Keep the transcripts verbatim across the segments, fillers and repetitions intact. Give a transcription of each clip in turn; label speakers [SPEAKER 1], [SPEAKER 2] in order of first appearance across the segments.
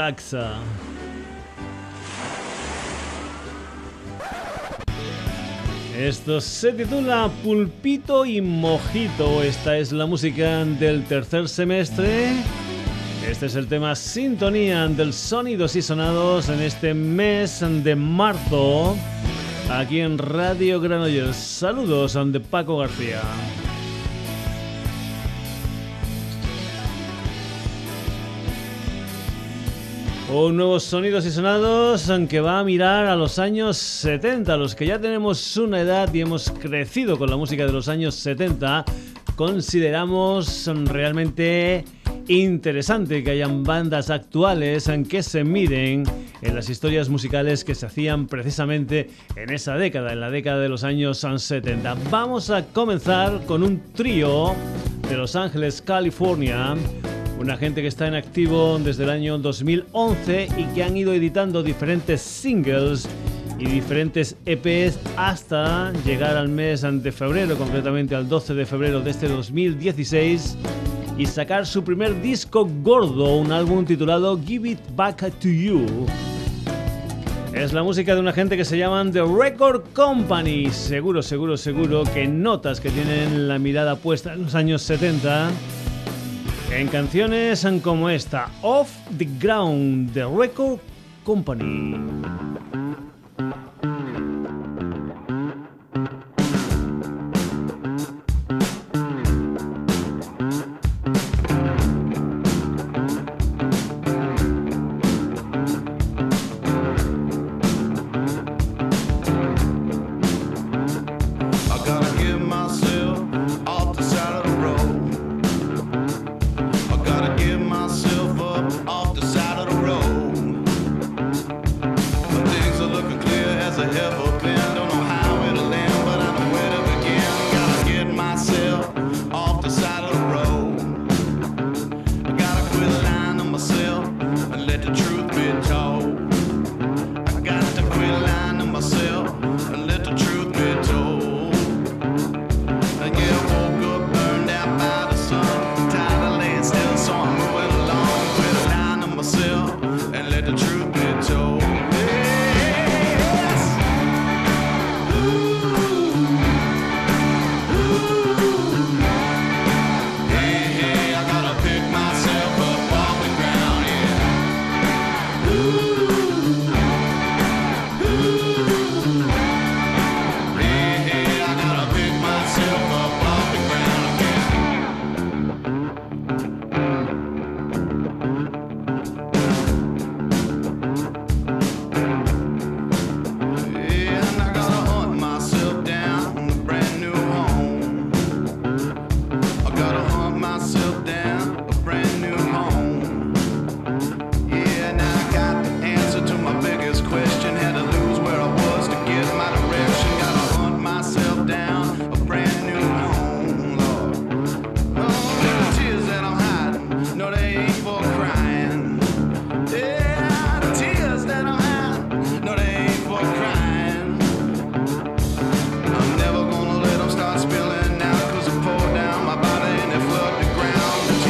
[SPEAKER 1] Galaxa. Esto se titula Pulpito y Mojito. Esta es la música del tercer semestre. Este es el tema Sintonía del Sonidos y Sonados en este mes de marzo, aquí en Radio Granollers. Saludos de Paco García. Un nuevo Sonidos y Sonados que va a mirar a los años setenta. Los que ya tenemos una edad y hemos crecido con la música de los años setenta, consideramos realmente interesante que hayan bandas actuales en que se miren en las historias musicales que se hacían precisamente en esa década, en la década de los años setenta. Vamos a comenzar con un trío de Los Ángeles, California. Una gente que está en activo desde el año dos mil once y que han ido editando diferentes singles y diferentes E Pes hasta llegar al mes de febrero, concretamente al doce de febrero de este dos mil dieciséis, y sacar su primer disco gordo, un álbum titulado Give It Back to You. Es la música de una gente que se llaman The Record Company. Seguro, seguro, seguro que notas que tienen la mirada puesta en los años setenta en canciones como esta, Off the Ground, The Record Company.
[SPEAKER 2] Start spilling out 'cause I pour down my body and it flood the ground.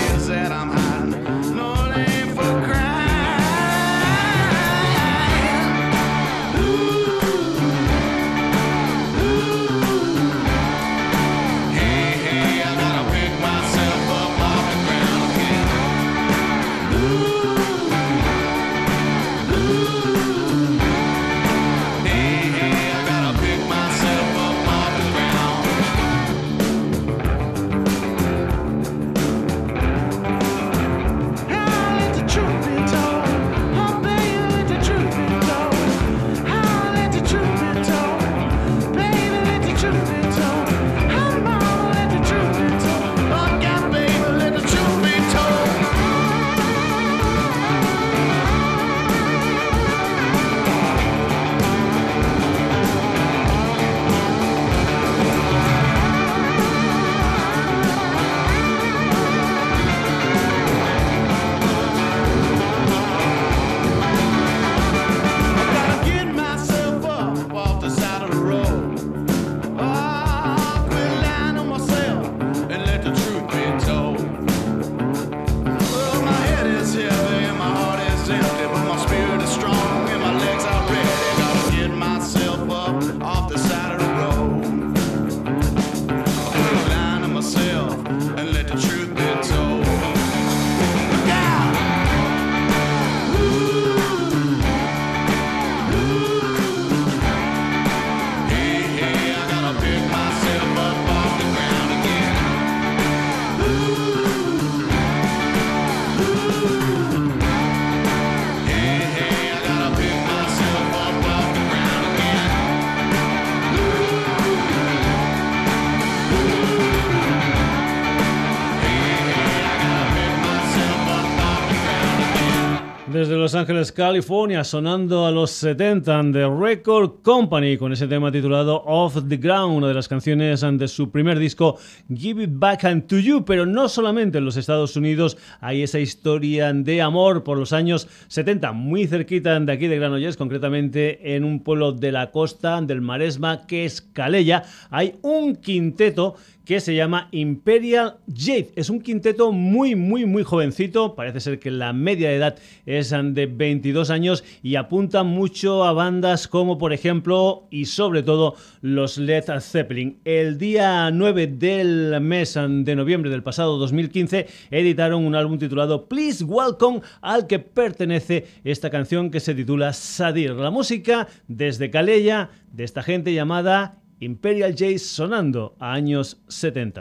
[SPEAKER 1] Desde Los Ángeles, California, sonando a los setenta, The Record Company, con ese tema titulado Off the Ground, una de las canciones de su primer disco Give It Back and to You. Pero no solamente en los Estados Unidos hay esa historia de amor por los años setenta, muy cerquita de aquí de Granollers, concretamente en un pueblo de la costa del Maresma que es Calella, hay un quinteto que se llama Imperial Jade. Es un quinteto muy, muy, muy jovencito. Parece ser que la media de edad es de veintidós años y apunta mucho a bandas como, por ejemplo, y sobre todo, los Led Zeppelin. El día nueve del mes de noviembre del pasado dos mil quince editaron un álbum titulado Please Welcome, al que pertenece esta canción que se titula Sadir. La música desde Calella de esta gente llamada Imperial Jade, sonando a años setenta.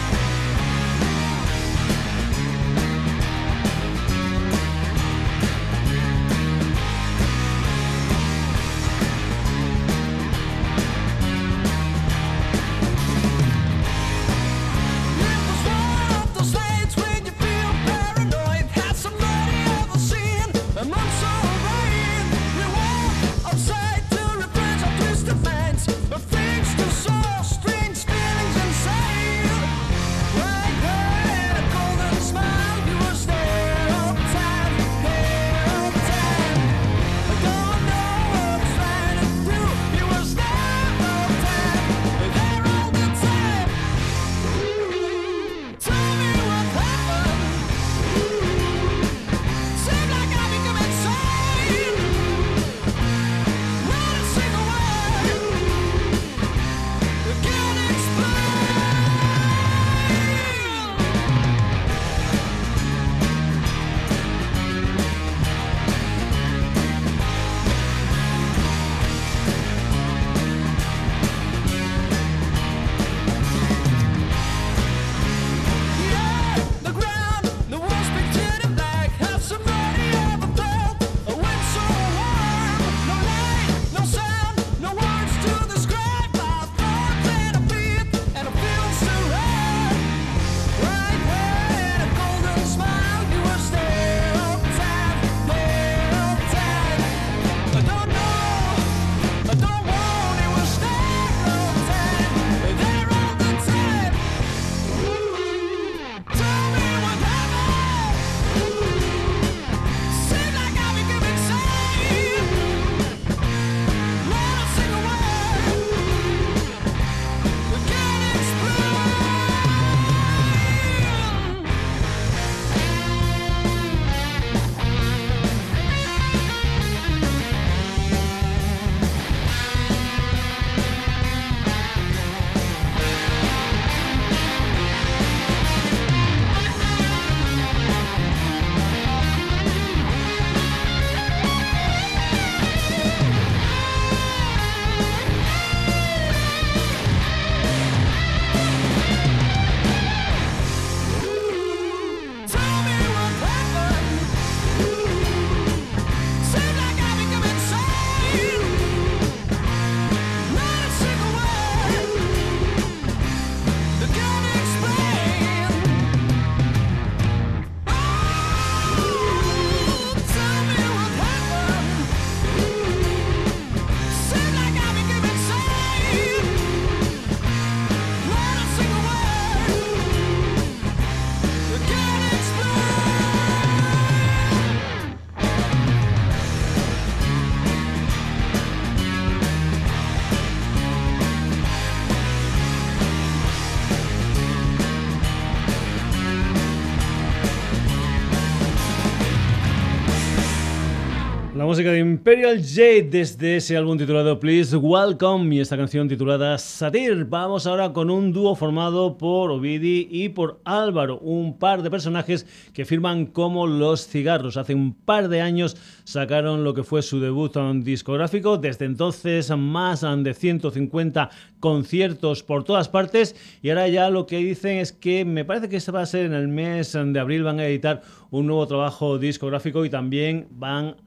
[SPEAKER 1] La música de Imperial Jade desde ese álbum titulado Please Welcome y esta canción titulada Satir. Vamos ahora con un dúo formado por Ovidi y por Álvaro, un par de personajes que firman como Los Cigarros. Hace un par de años sacaron lo que fue su debut discográfico. Desde entonces más de ciento cincuenta conciertos por todas partes y ahora ya lo que dicen es que me parece que este va a ser en el mes de abril, van a editar un nuevo trabajo discográfico y también van a empezar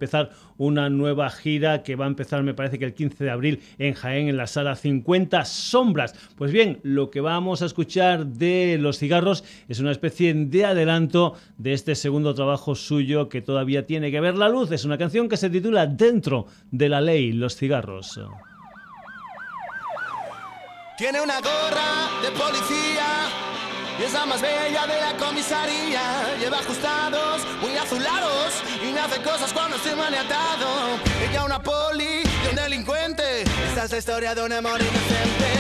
[SPEAKER 1] empezar una nueva gira que va a empezar, me parece que el quince de abril en Jaén, en la sala cincuenta Sombras. Pues bien, lo que vamos a escuchar de Los Cigarros es una especie de adelanto de este segundo trabajo suyo que todavía tiene que ver la luz. Es una canción que se titula Dentro de la Ley, Los Cigarros.
[SPEAKER 2] Tiene una gorra de policía y es la más bella de la comisaría. Lleva ajustados, muy azulados, y me hace cosas cuando estoy maniatado. Ella una poli de un delincuente. Esta es la historia de un amor inocente.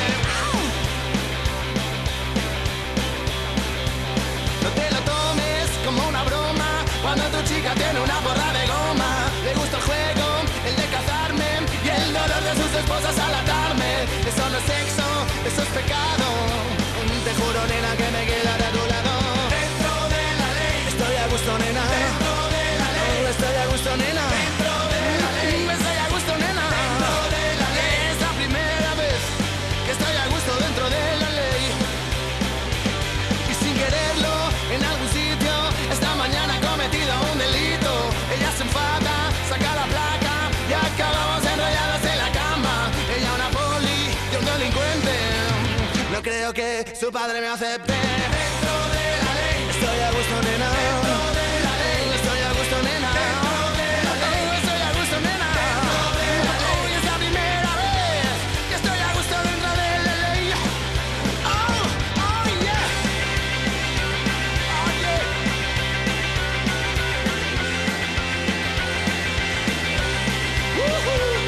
[SPEAKER 2] No te lo tomes como una broma cuando tu chica tiene una borra de goma. Le gusta el juego, el de cazarme, y el dolor de sus esposas al atarme. Eso no es sexo, eso es pecado. Te juro, nena, que me quedaré a tu lado. Dentro de la ley estoy a gusto, nena. Dentro de la ley estoy a gusto, nena. Dentro de la ley estoy a gusto, nena. Dentro de la ley es la primera vez que estoy a gusto dentro de la ley. Y sin quererlo, en algún sitio esta mañana he cometido un delito. Ella se enfada, saca la placa y acabamos enrollados en la cama. Ella una poli y un delincuente. No creo que su padre me acepte. Dentro de la ley estoy a gusto, nena. Dentro de la ley estoy a gusto, nena. Dentro de la ley estoy a gusto, nena. Dentro de la ley es la primera vez que estoy a gusto dentro de la ley. Oh, oh yeah. Oh yeah. Woohoo.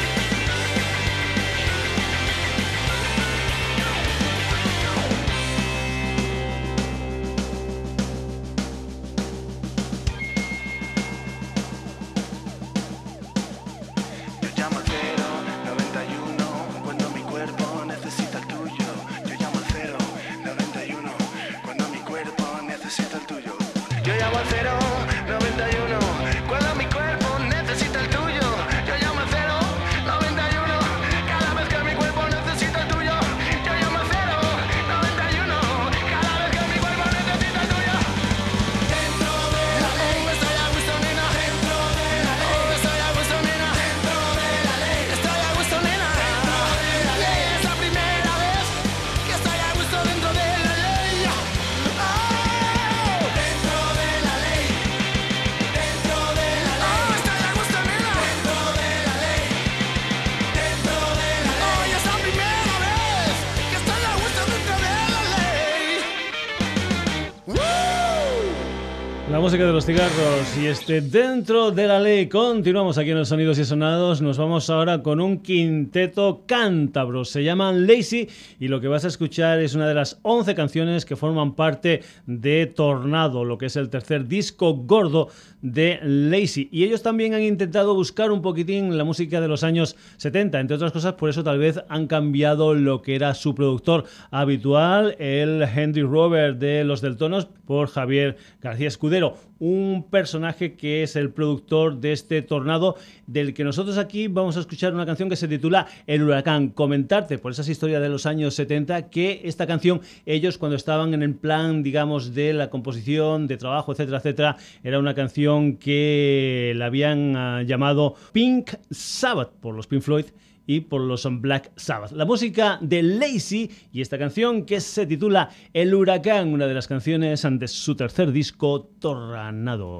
[SPEAKER 1] La música de Los Cigarros y este Dentro de la Ley. Continuamos aquí en los Sonidos y Sonados. Nos vamos ahora con un quinteto cántabro. Se llaman Lazy y lo que vas a escuchar es una de las once canciones que forman parte de Tornado, lo que es el tercer disco gordo de Lazy. Y ellos también han intentado buscar un poquitín la música de los años setenta, entre otras cosas, por eso tal vez han cambiado lo que era su productor habitual, el Henry Robert de Los Deltonos, por Javier García Escudero, un personaje que es el productor de este Tornado, del que nosotros aquí vamos a escuchar una canción que se titula El Huracán. Comentarte, por esas historias de los años setenta, que esta canción, ellos cuando estaban en el plan, digamos, de la composición, de trabajo, etcétera, etcétera, era una canción que la habían uh, llamado Pink Sabbath por los Pink Floyd y por los Black Sabbath. La música de Lazy y esta canción que se titula El Huracán, una de las canciones de su tercer disco, Tornado.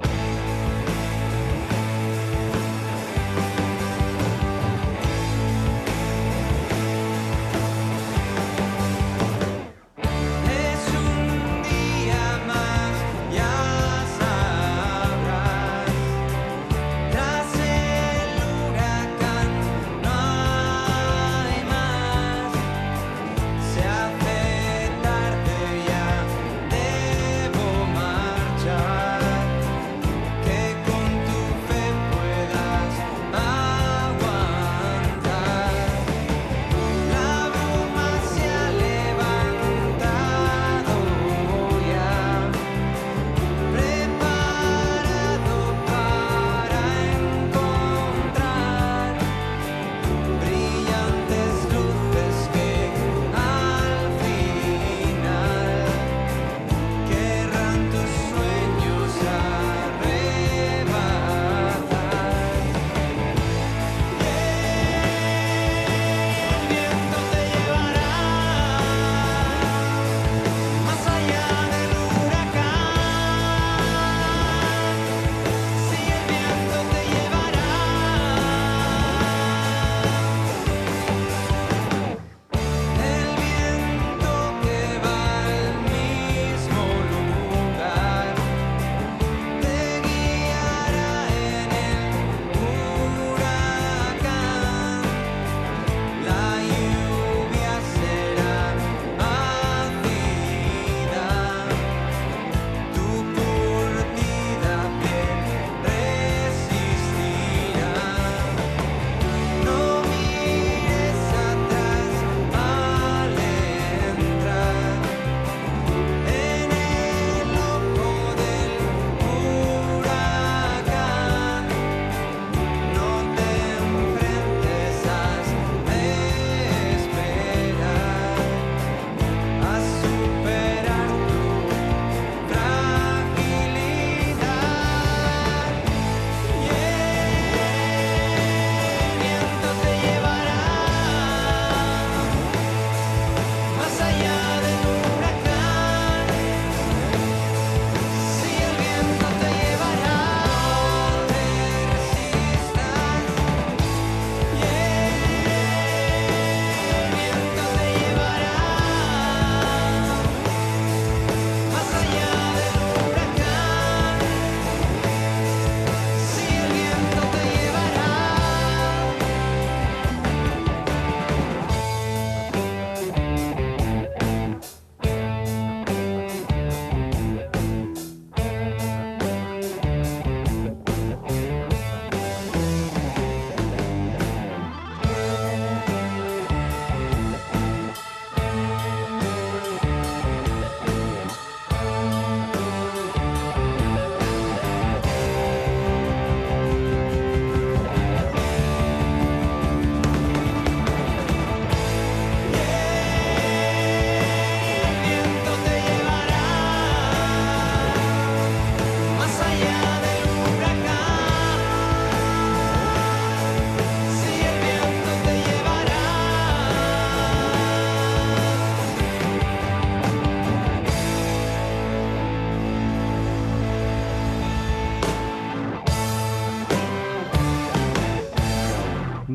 [SPEAKER 3] Que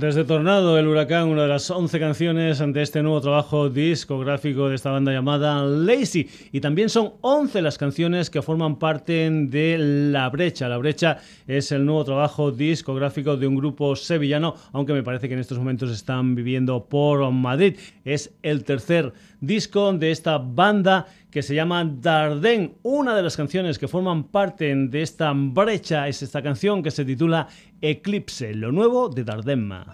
[SPEAKER 1] Desde Tornado, el huracán, una de las once canciones de este nuevo trabajo discográfico de esta banda llamada Lazy. Y también son once las canciones que forman parte de La Brecha. La Brecha es el nuevo trabajo discográfico de un grupo sevillano, aunque me parece que en estos momentos están viviendo por Madrid. Es el tercer disco de esta banda que se llama Dardenne. Una de las canciones que forman parte de esta brecha es esta canción que se titula Eclipse, lo nuevo de Dardenne.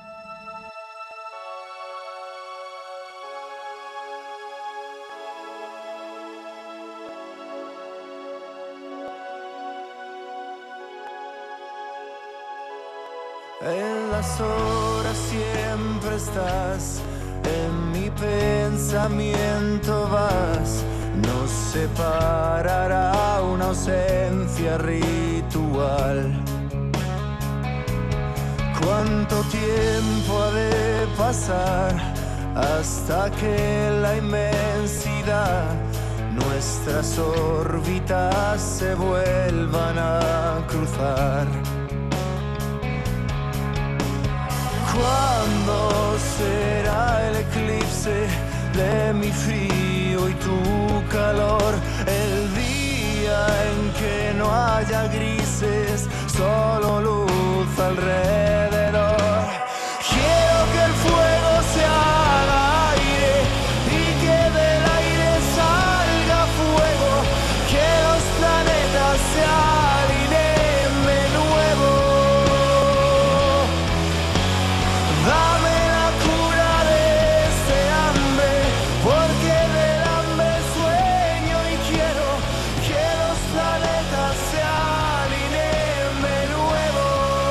[SPEAKER 2] En las horas siempre estás, en mi pensamiento vas, nos separará una ausencia ritual. ¿Cuánto tiempo ha de pasar hasta que la inmensidad, nuestras órbitas se vuelvan a cruzar? ¿Cuándo será el eclipse de mi frío y tu calor? El día en que no haya grises, solo luz alrededor. Quiero que el fuego se haga aire y que del aire salga fuego, que los planetas se alineen de nuevo. Dame la cura de este hambre, porque del hambre sueño y quiero que los planetas se alineen de nuevo.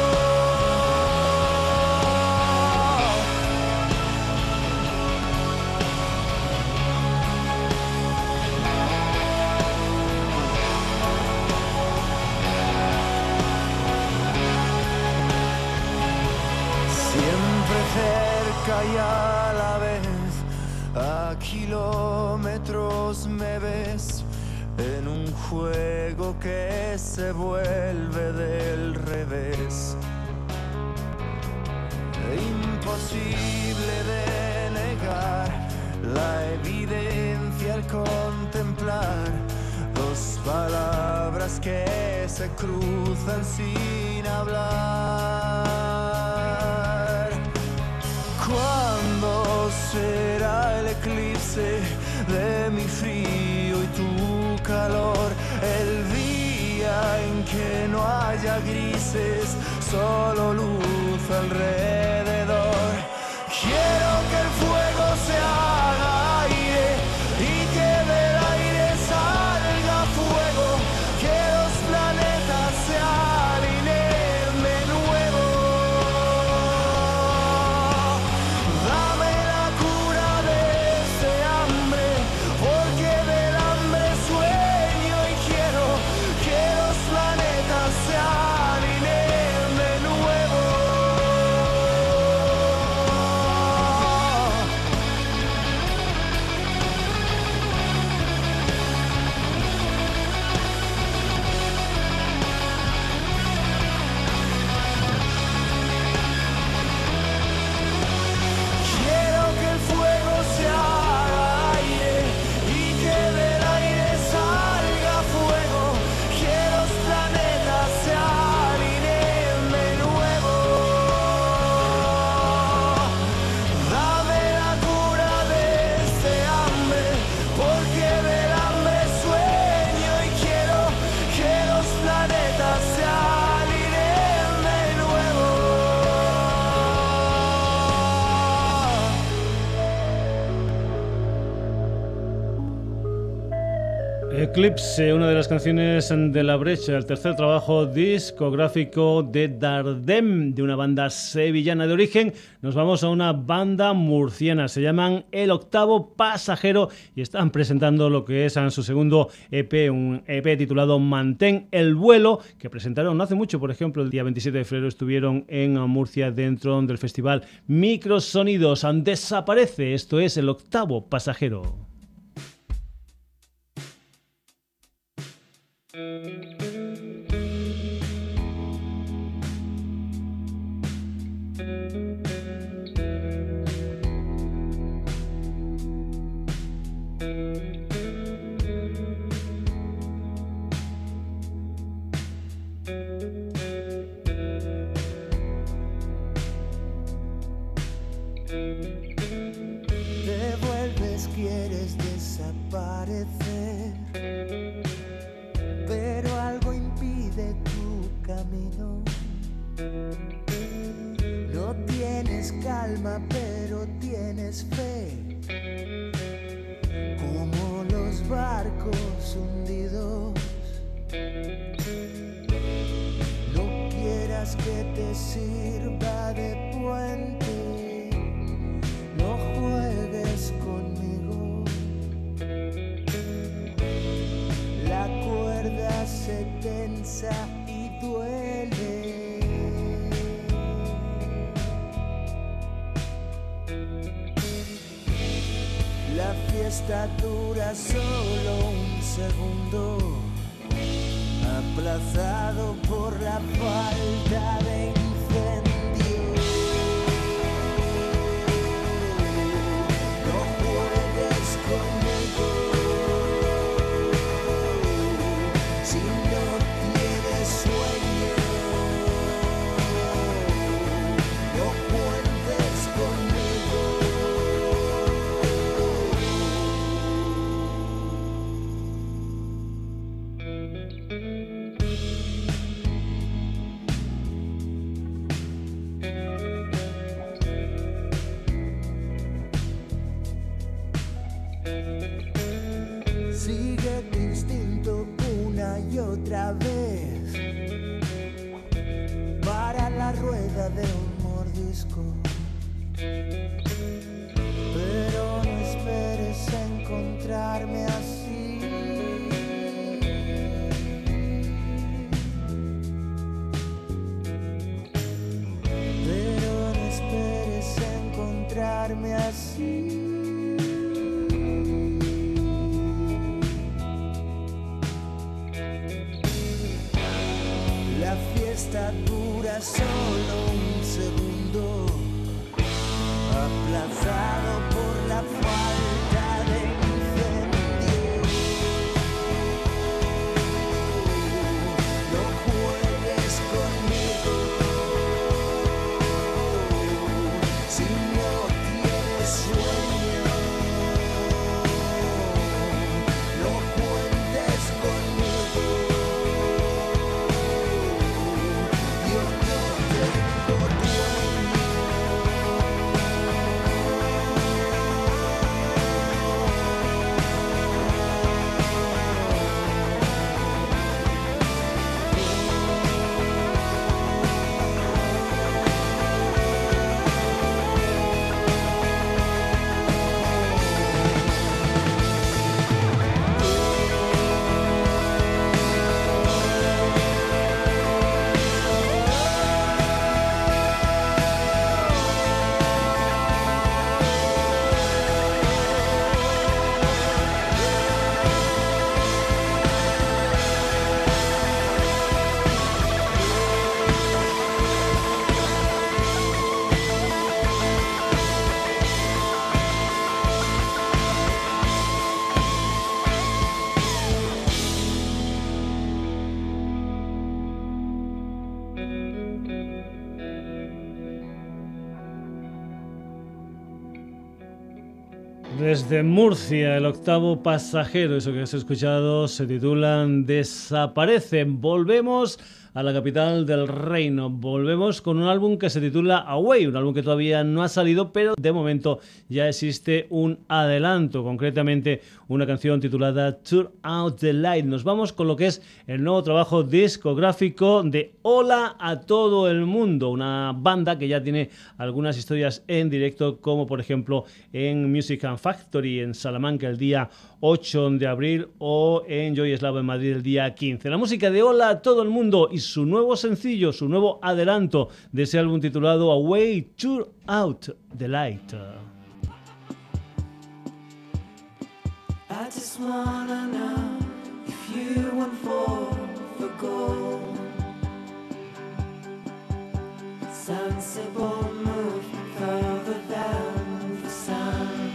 [SPEAKER 2] Siempre cerca y a la vez, a kilómetros me ves, en un juego que se vuelve del revés. Imposible de negar la evidencia al contemplar dos palabras que se cruzan sin hablar. ¿Cuándo será el eclipse de mi frío y tu calor? El día en que no haya grises, solo luz alrededor. Quiero que el fuego se haga aire y que del aire salga fuego, que los planetas se alineen de nuevo. Dame la cura de este hambre, porque del hambre sueño y quiero que los planetas se alineen de nuevo. Quiero que el fuego se haga aire y que del aire salga fuego, que los planetas se alineen de nuevo. Dame la cura de este hambre, porque del hambre sueño y quiero que los planetas se alineen de nuevo.
[SPEAKER 1] Eclipse, una de las canciones de La Brecha, el tercer trabajo discográfico de Dardenne, de una banda sevillana de origen. Nos vamos a una banda murciana, se llaman El Octavo Pasajero y están presentando lo que es en su segundo E P, un E P titulado Mantén el vuelo, que presentaron no hace mucho, por ejemplo, el día veintisiete de febrero estuvieron en Murcia dentro del festival Microsonidos. Desaparece, esto es El Octavo Pasajero. Thank you.
[SPEAKER 2] Te vuelves, quieres desaparecer, pero algo impide tu camino. No tienes calma, pero tienes fe, como los barcos hundidos. No quieras que te sirva de puente, no juegues conmigo. La cuerda se tensa y duele. La fiesta dura solo un segundo, aplazado por la falta de incendio. No juegues conmigo si no tienes sueño. No cuentes conmigo. Sigue tu instinto una y otra vez, para la rueda de un mordisco, pero no esperes a encontrarme así. Pero no esperes a encontrarme así. La fiesta dura solo un segundo, aplazado por la falta de incendio. No juegues conmigo si no tienes sueño. No cuentes conmigo. Yo no tengo dueño.
[SPEAKER 1] Desde Murcia, el octavo pasajero, eso que has escuchado, se titulan Desaparecen. Volvemos a la capital del reino. Volvemos con un álbum que se titula Away, un álbum que todavía no ha salido, pero de momento ya existe un adelanto, concretamente una canción titulada Turn Out the Light. Nos vamos con lo que es el nuevo trabajo discográfico de Hola a todo el mundo, una banda que ya tiene algunas historias en directo, como por ejemplo en Music and Factory en Salamanca el día ocho de abril o en Joy Slavo en Madrid el día quince. La música de Hola a todo el mundo y su nuevo sencillo, su nuevo adelanto de ese álbum titulado Away, Turn Out the Light.
[SPEAKER 2] I just wanna know if you went for for gold. Sunset won't move further than the sun.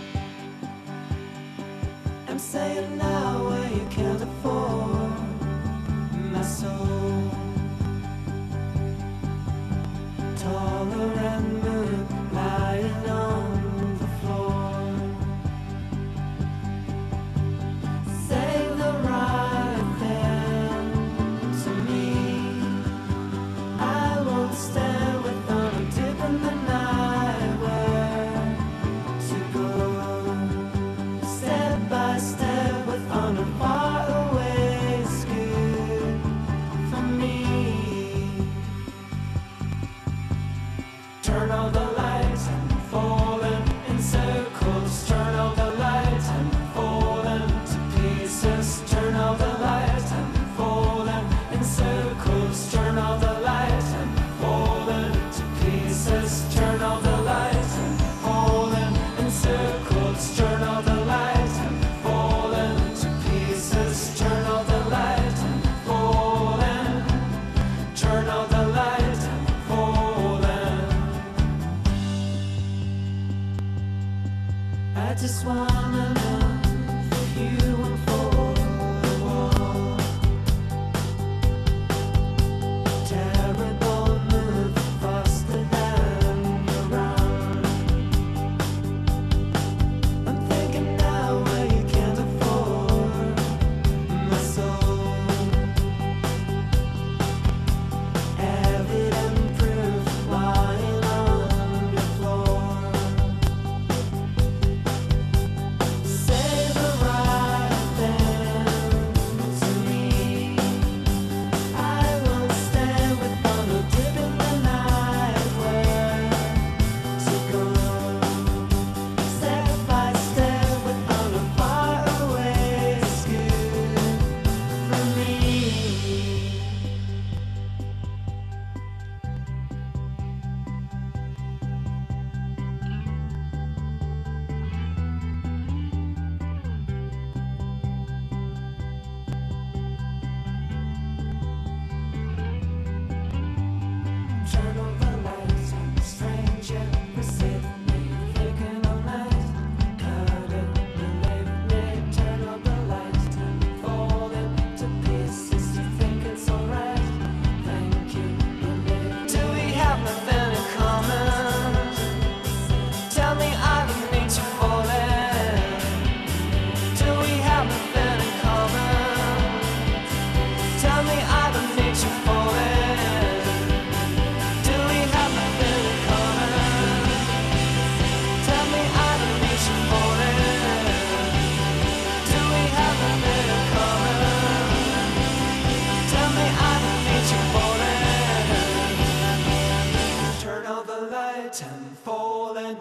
[SPEAKER 2] I'm saying now where you can't afford my soul.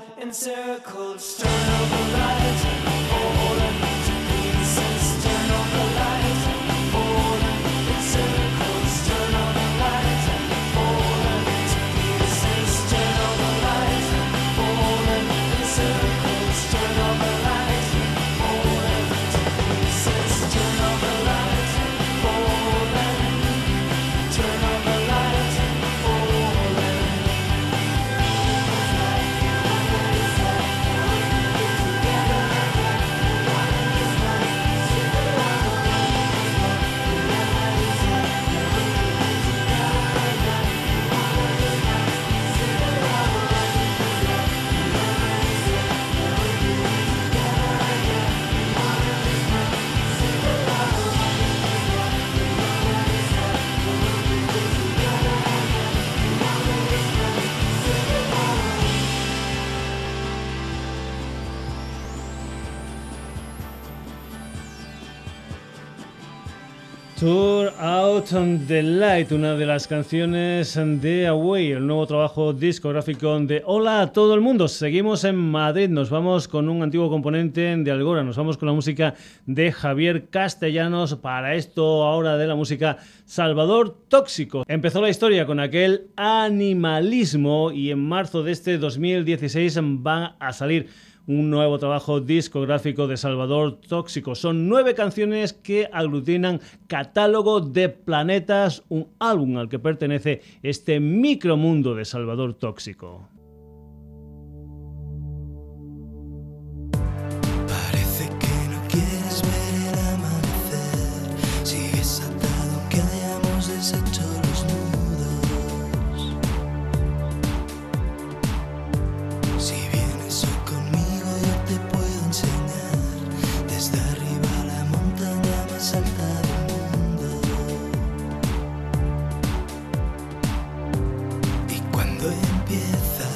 [SPEAKER 3] in circles, turn on the lights, falling to pieces, turn on the lights, falling in circles, turn on the lights, falling to pieces, turn on the lights, falling in circles, turn on the lights, falling to pieces, turn on the lights, falling, turn on the lights, falling.
[SPEAKER 1] Tour Out the Light, una de las canciones de Away, el nuevo trabajo discográfico de Hola a todo el mundo. Seguimos en Madrid, nos vamos con un antiguo componente de Algora, nos vamos con la música de Javier Castellanos. Para esto ahora de la música, Salvador Tóxico. Empezó la historia con aquel Animalismo y en marzo de este dos mil dieciséis va a salir un nuevo trabajo discográfico de Salvador Tóxico. Son nueve canciones que aglutinan Catálogo de Planetas, un álbum al que pertenece este micromundo de Salvador Tóxico.
[SPEAKER 4] Parece que no quieres ver el amanecer, sigues atado que hayamos deshecho los nudos. Si vienes hoy conmigo yo te puedo enseñar desde arriba la montaña más alta del mundo. Y cuando empieza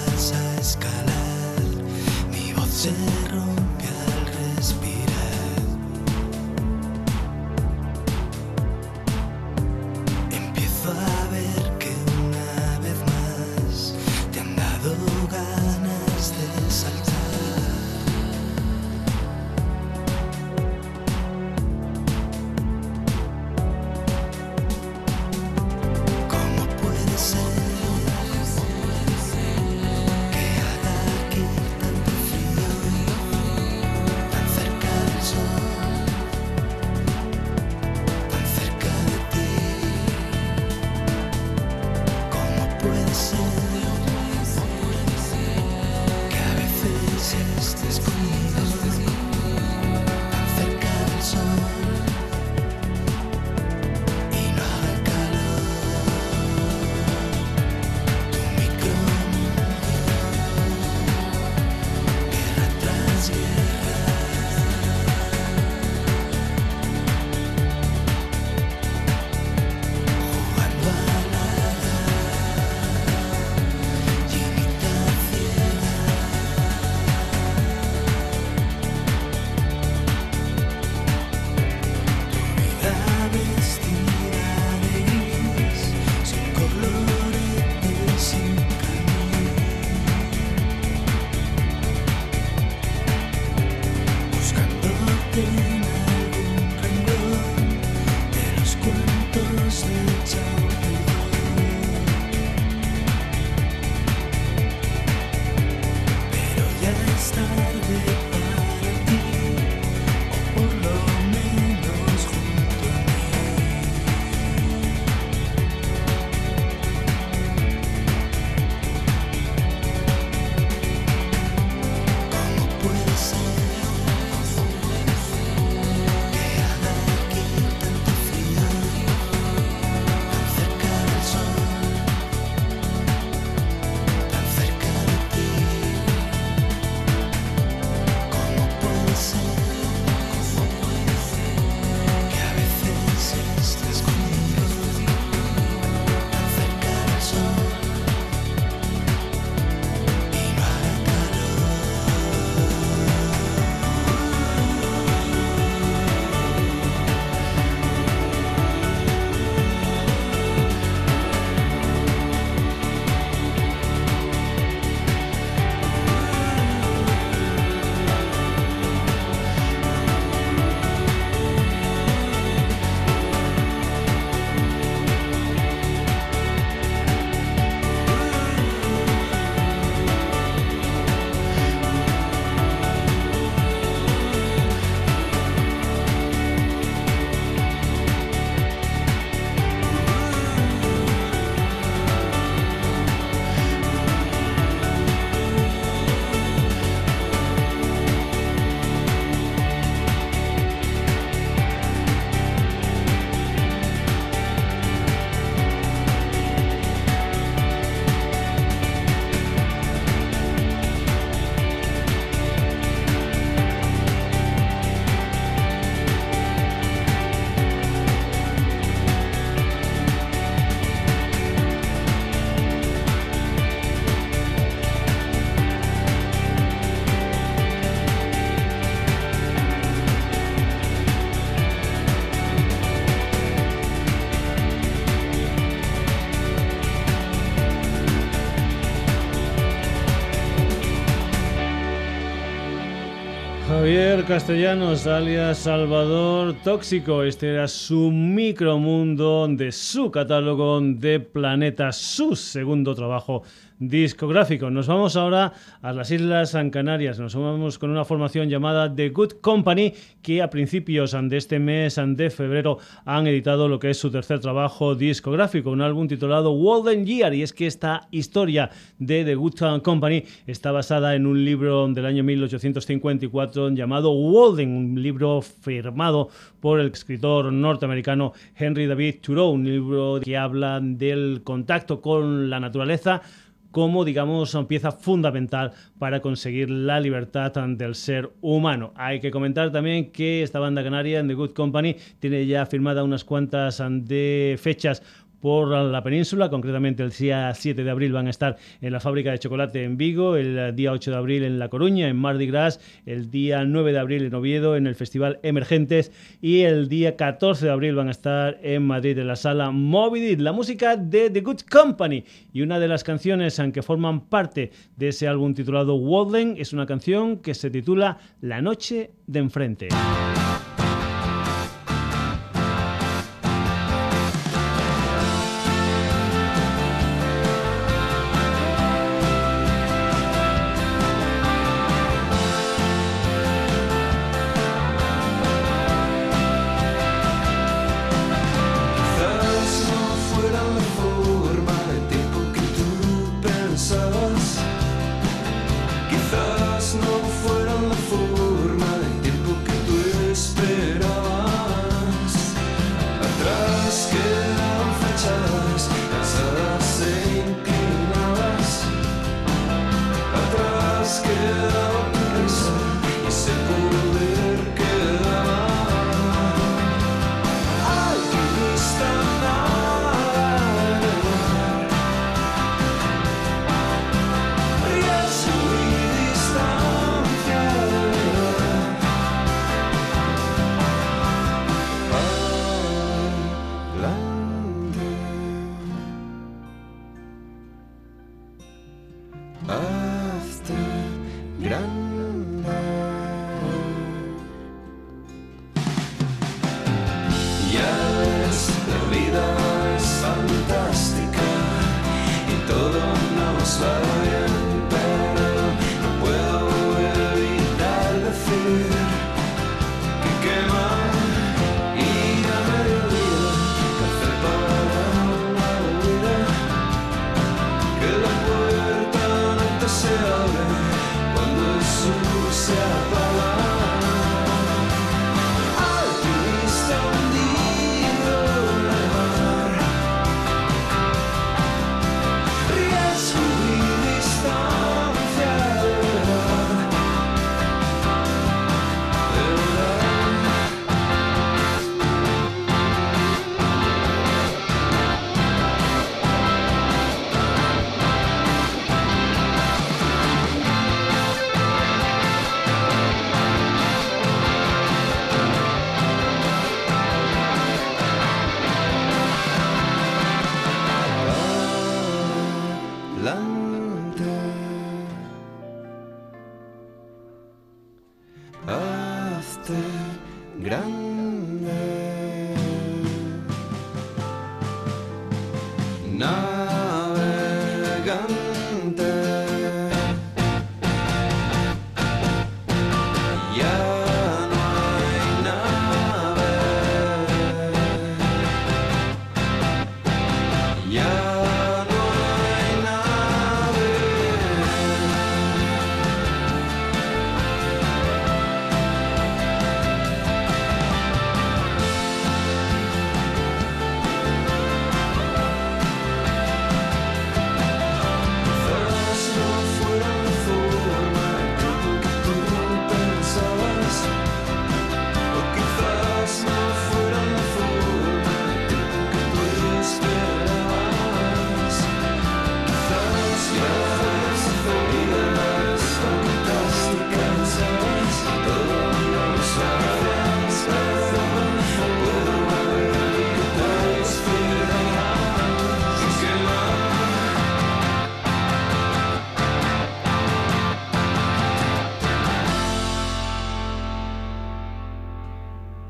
[SPEAKER 1] Javier Castellanos, alias Salvador Tóxico. Este era su micromundo de su catálogo de Planeta, su segundo trabajo discográfico. Nos vamos ahora a las Islas Canarias. Nos vamos con una formación llamada The Good Company, que a principios de este mes de febrero han editado lo que es su tercer trabajo discográfico, un álbum titulado Golden Year. Y es que esta historia de The Good Company está basada en un libro del año mil ochocientos cincuenta y cuatro llamado Walden, un libro firmado por el escritor norteamericano Henry David Thoreau, un libro que habla del contacto con la naturaleza como, digamos, pieza fundamental para conseguir la libertad del ser humano. Hay que comentar también que esta banda canaria, The Good Company, tiene ya firmada unas cuantas de fechas por la península. Concretamente el día siete de abril van a estar en la fábrica de chocolate en Vigo, el día ocho de abril en La Coruña, en Mardi Gras, el día nueve de abril en Oviedo, en el Festival Emergentes, y el día catorce de abril van a estar en Madrid, en la sala Moby Dick. La música de The Good Company, y una de las canciones que forman parte de ese álbum titulado Walden es una canción que se titula La Noche de Enfrente.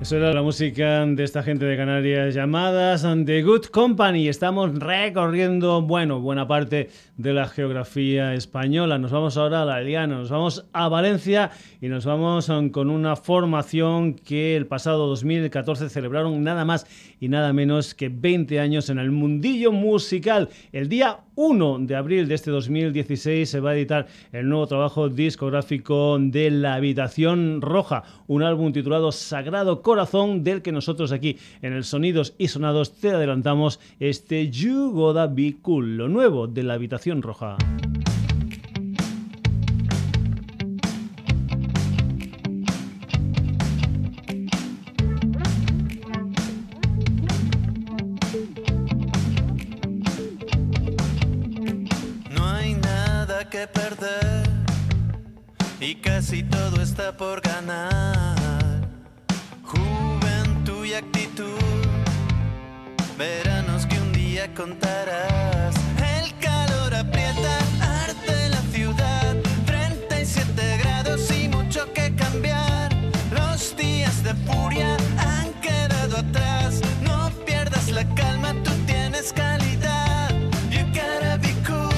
[SPEAKER 1] Eso era la música de esta gente de Canarias llamadas The Good Company. Estamos recorriendo, bueno, buena parte de la geografía española. Nos vamos ahora a la Eliana, nos vamos a Valencia y nos vamos con una formación que el pasado dos mil catorce celebraron nada más y nada menos que veinte años en el mundillo musical. El día uno de abril de este dos mil dieciséis se va a editar el nuevo trabajo discográfico de La Habitación Roja, un álbum titulado Sagrado Corazón, del que nosotros aquí en el Sonidos y Sonados te adelantamos este You Gotta Be Cool, lo nuevo de La Habitación Roja.
[SPEAKER 4] Que perder y casi todo está por ganar. Juventud y actitud, veranos que un día contarás. El calor aprieta, arde la ciudad, treinta y siete grados y mucho que cambiar. Los días de furia han quedado atrás. No pierdas la calma, tú tienes calidad. You gotta be cool.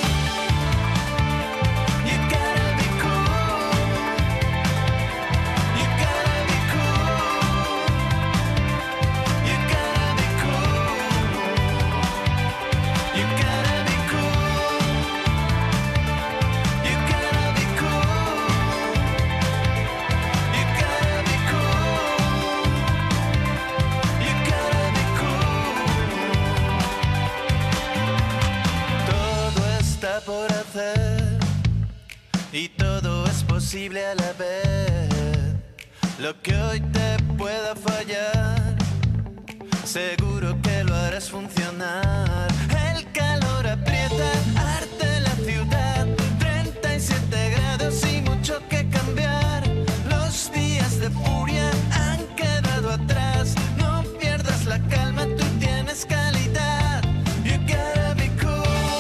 [SPEAKER 4] Por hacer y todo es posible a la vez. Lo que hoy te pueda fallar, seguro que lo harás funcionar. El calor aprieta, arde la ciudad, treinta y siete grados y mucho que cambiar. Los días de furia han quedado atrás. No pierdas la calma, tú tienes calidad. You gotta be cool.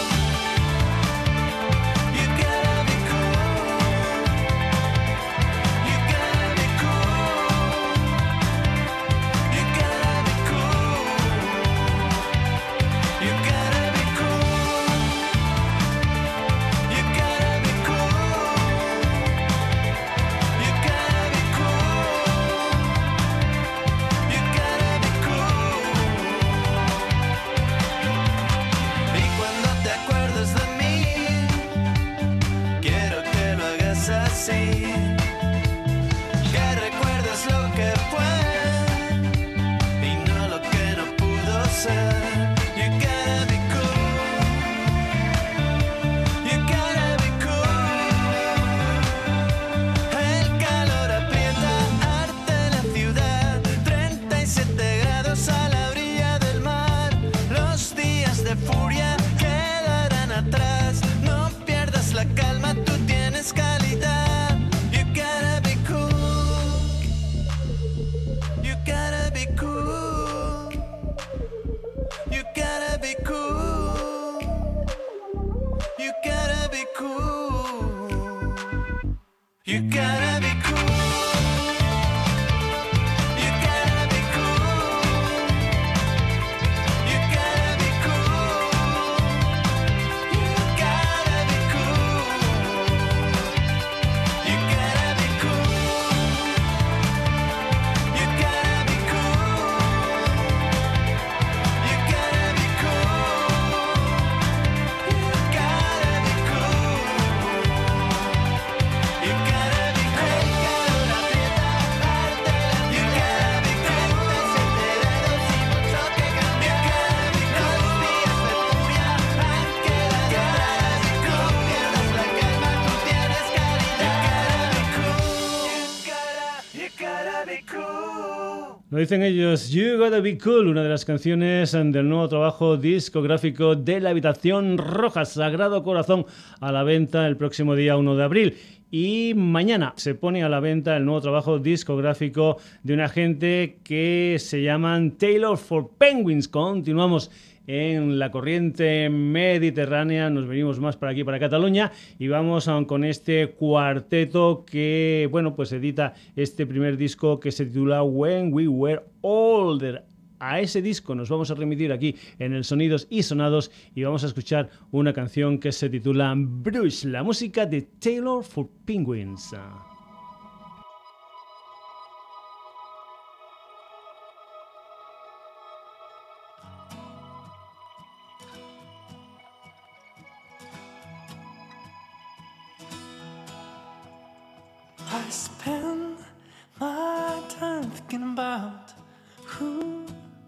[SPEAKER 1] Lo dicen ellos, You Gotta Be Cool, una de las canciones del nuevo trabajo discográfico de La Habitación Roja, Sagrado Corazón, a la venta el próximo día uno de abril. Y mañana se pone a la venta el nuevo trabajo discográfico de una gente que se llaman Tailor for Penguins. Continuamos en la corriente mediterránea, nos venimos más para aquí, para Cataluña, y vamos a, con este cuarteto que, bueno, pues edita este primer disco que se titula When We Were Older. A ese disco nos vamos a remitir aquí en el Sonidos y Sonados y vamos a escuchar una canción que se titula Bruce, la música de Tailor for Penguins.
[SPEAKER 3] I spend my time thinking about who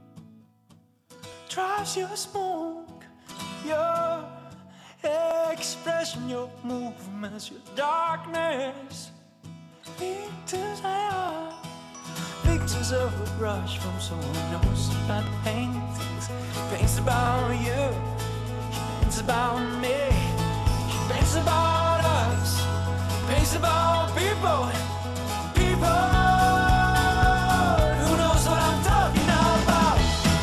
[SPEAKER 3] drives your smoke, your expression, your movements, your darkness. Victims I are, pictures of a brush from someone else. About paintings, paints about you, she paints about me, she paints about us, paints about people, people. Who knows what I'm talking about?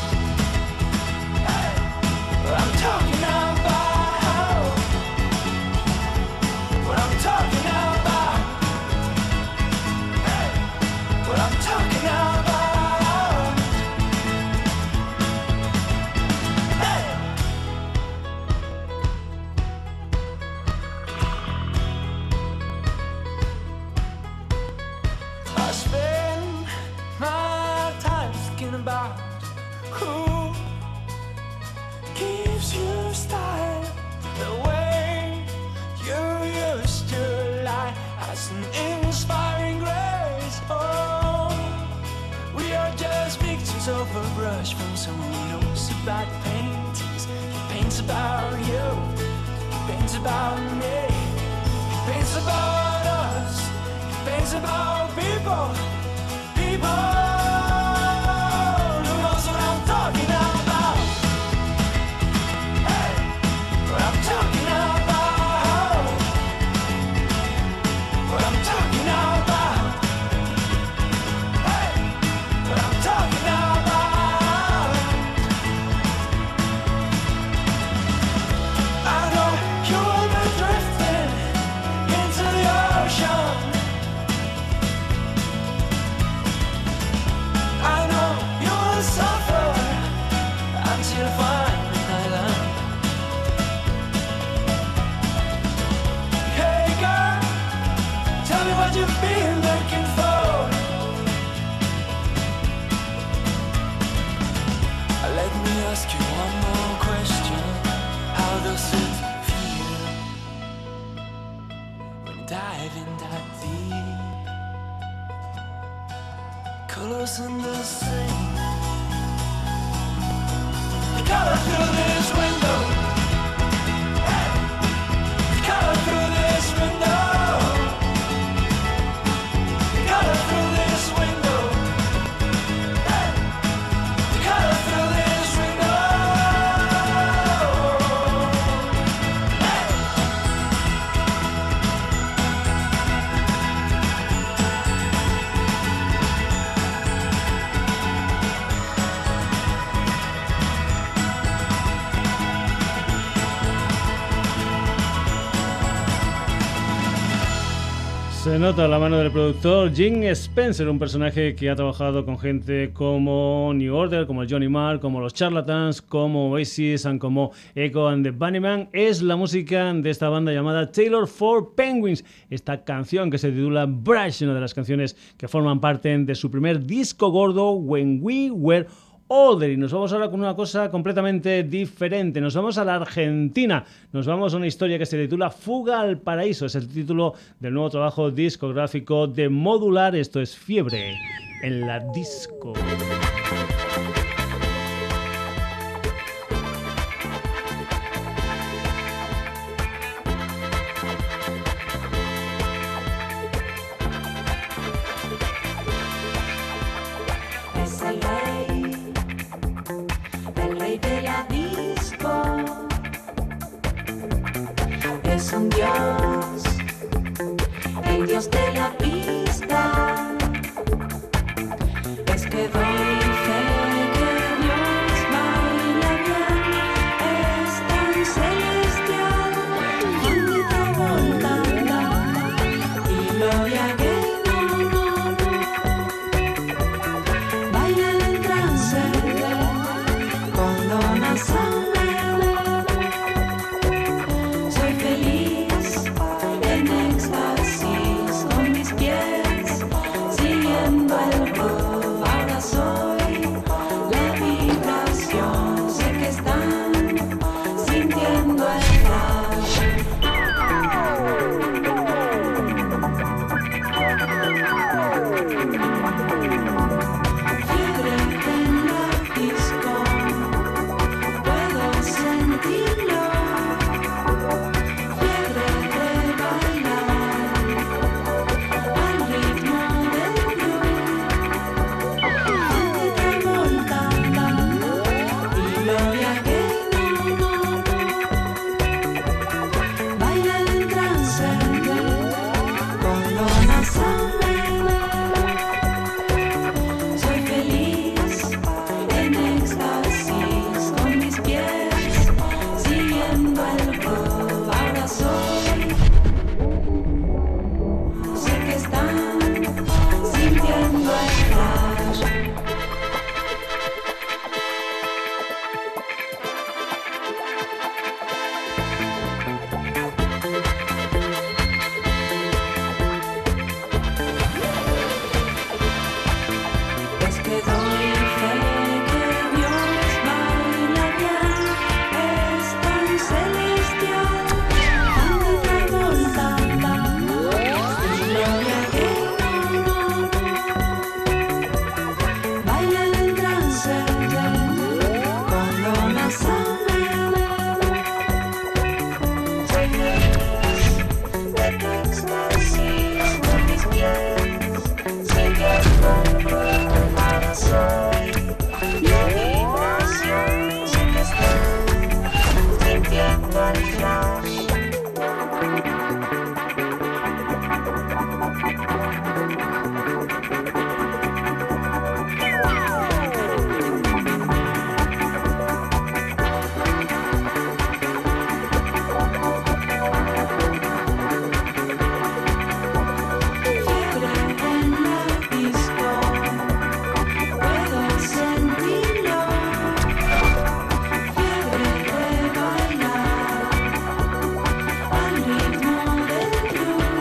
[SPEAKER 3] Hey, what I'm talking about, what I'm talking about, hey, what I'm talking about, hey. I spend my time thinking about who gives you style, the way you used to lie as an inspiring grace. Oh, we are just pictures of a brush from someone who knows about paintings. He paints about you, he paints about me, he paints about us, he paints about people, people. Who knows what I'm talking about? Hey, what I'm talking about, what I'm talking about, hey, what I'm talking about. I know you'll be drifting into the ocean. I know you'll suffer until you find an island. Hey girl, tell me what you've been looking for. Let me ask you one more question. How does it feel when you dive in that deep? Colors in the same. The color through this window. Hey, the color through this window. The color through this window. Hey, the color through this window. Hey.
[SPEAKER 1] Se nota la mano del productor Jim Spencer, un personaje que ha trabajado con gente como New Order, como el Johnny Marr, como los Charlatans, como Oasis, and como Echo and the Bunnymen. Es la música de esta banda llamada Tailor for Penguins. Esta canción que se titula Brush, una de las canciones que forman parte de su primer disco gordo, When We Were Older. Y nos vamos ahora con una cosa completamente diferente. Nos vamos a la Argentina. Nos vamos a una historia que se titula Fuga al Paraíso. Es el título del nuevo trabajo discográfico de Modular. Esto es Fiebre en la Disco.
[SPEAKER 5] Es el rey, el rey de la disco. Es un dios, dios de la pista. Es que doy fe que Dios baila bien, es tan celestial. Andy Travolta y Gloria Gaynor bailan en trance con Donna Summer. Soy feliz en éxtasis con mis pies siguiendo el groove. Ahora soy la vibración, sé que están sintiendo el flash. Fiebre en la disco, puedo sentirlo. Fiebre de bailar al ritmo del groove. Andy Travolta y Gloria Gaynor bailan en trance con Donna Summer. Soy feliz en éxtasis con mis pies siguiendo el groove. Ahora soy, sé que están sintiendo el flash. Es que doy fe que Dios baila bien, es tan celestial. Andy Travolta y Gloria Gaynor bailan en trance con Donna Summer. Soy feliz en éxtasis con mis pies siguiendo el groove. Ahora soy la vibración, sé que están sintiendo el flash. Fiebre en la disco, puedo sentirlo. Fiebre de bailar al ritmo del groove.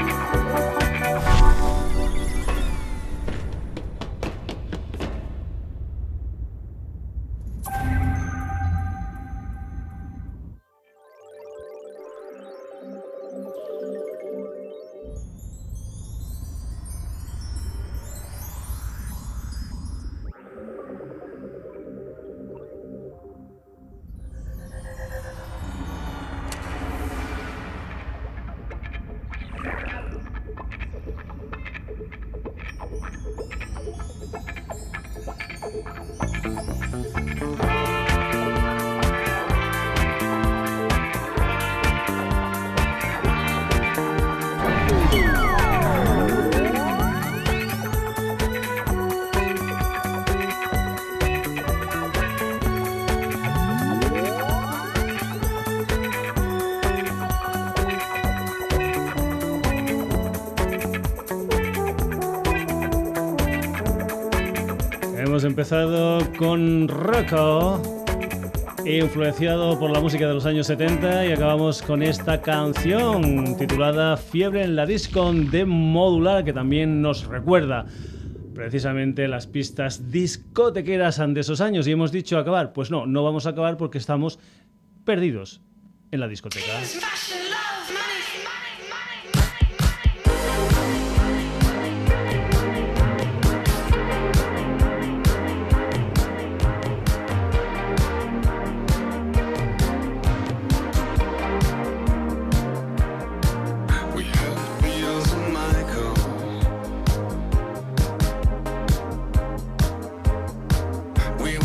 [SPEAKER 1] Hemos empezado con Rocco, influenciado por la música de los años setenta, y acabamos con esta canción titulada Fiebre en la Disco de Modular, que también nos recuerda precisamente las pistas discotequeras de esos años. Y hemos dicho acabar, pues no, no vamos a acabar porque estamos perdidos en la discoteca.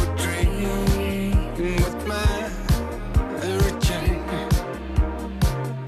[SPEAKER 6] With my chain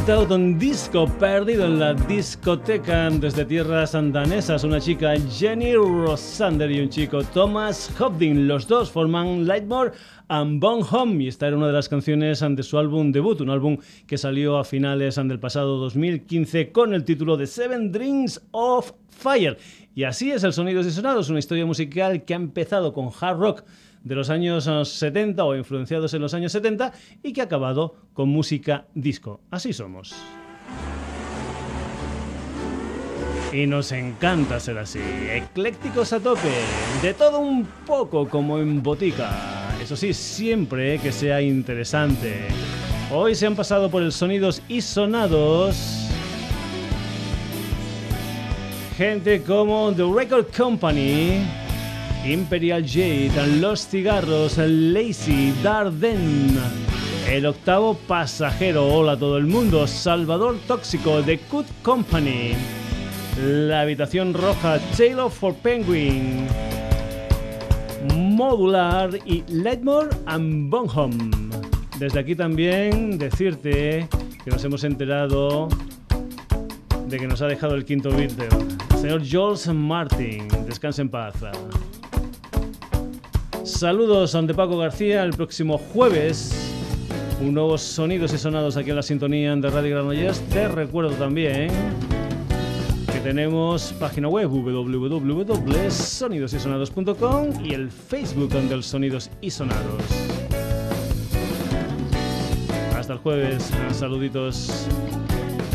[SPEAKER 1] Lost Out on Disco, perdido en la discoteca desde tierras danesas. Una chica, Jenny Rosander, y un chico, Thomas Hobdin. Los dos forman Lightmore and Bonham, y esta era una de las canciones de su álbum debut, un álbum que salió a finales del pasado dos mil quince con el título de Seven Rings of Fire. Y así es el Sonidos y Sonados, una historia musical que ha empezado con hard rock de los años setenta o influenciados en los años setenta y que ha acabado con música disco. Así somos. Y nos encanta ser así, eclécticos a tope, de todo un poco como en botica. Eso sí, siempre que sea interesante. Hoy se han pasado por el Sonidos y Sonados gente como The Record Company, Imperial Jade, Los Cigarros, Lazy, Darden, El Octavo Pasajero, Hola a todo el mundo, Salvador Tóxico, The Cut Company, La Habitación Roja, Taylor for Penguin, Modular y Lightmore and Bonham. Desde aquí también decirte que nos hemos enterado de que nos ha dejado el quinto Beatle, el señor George Martin. Descanse en paz. Saludos ante Paco García. El próximo jueves un nuevo Sonidos y Sonados aquí en la sintonía de Radio Granollers. Te recuerdo también que tenemos página web doble u doble u doble u punto sonidos y sonados punto com y el Facebook del Sonidos y Sonados. Hasta el jueves. Saluditos.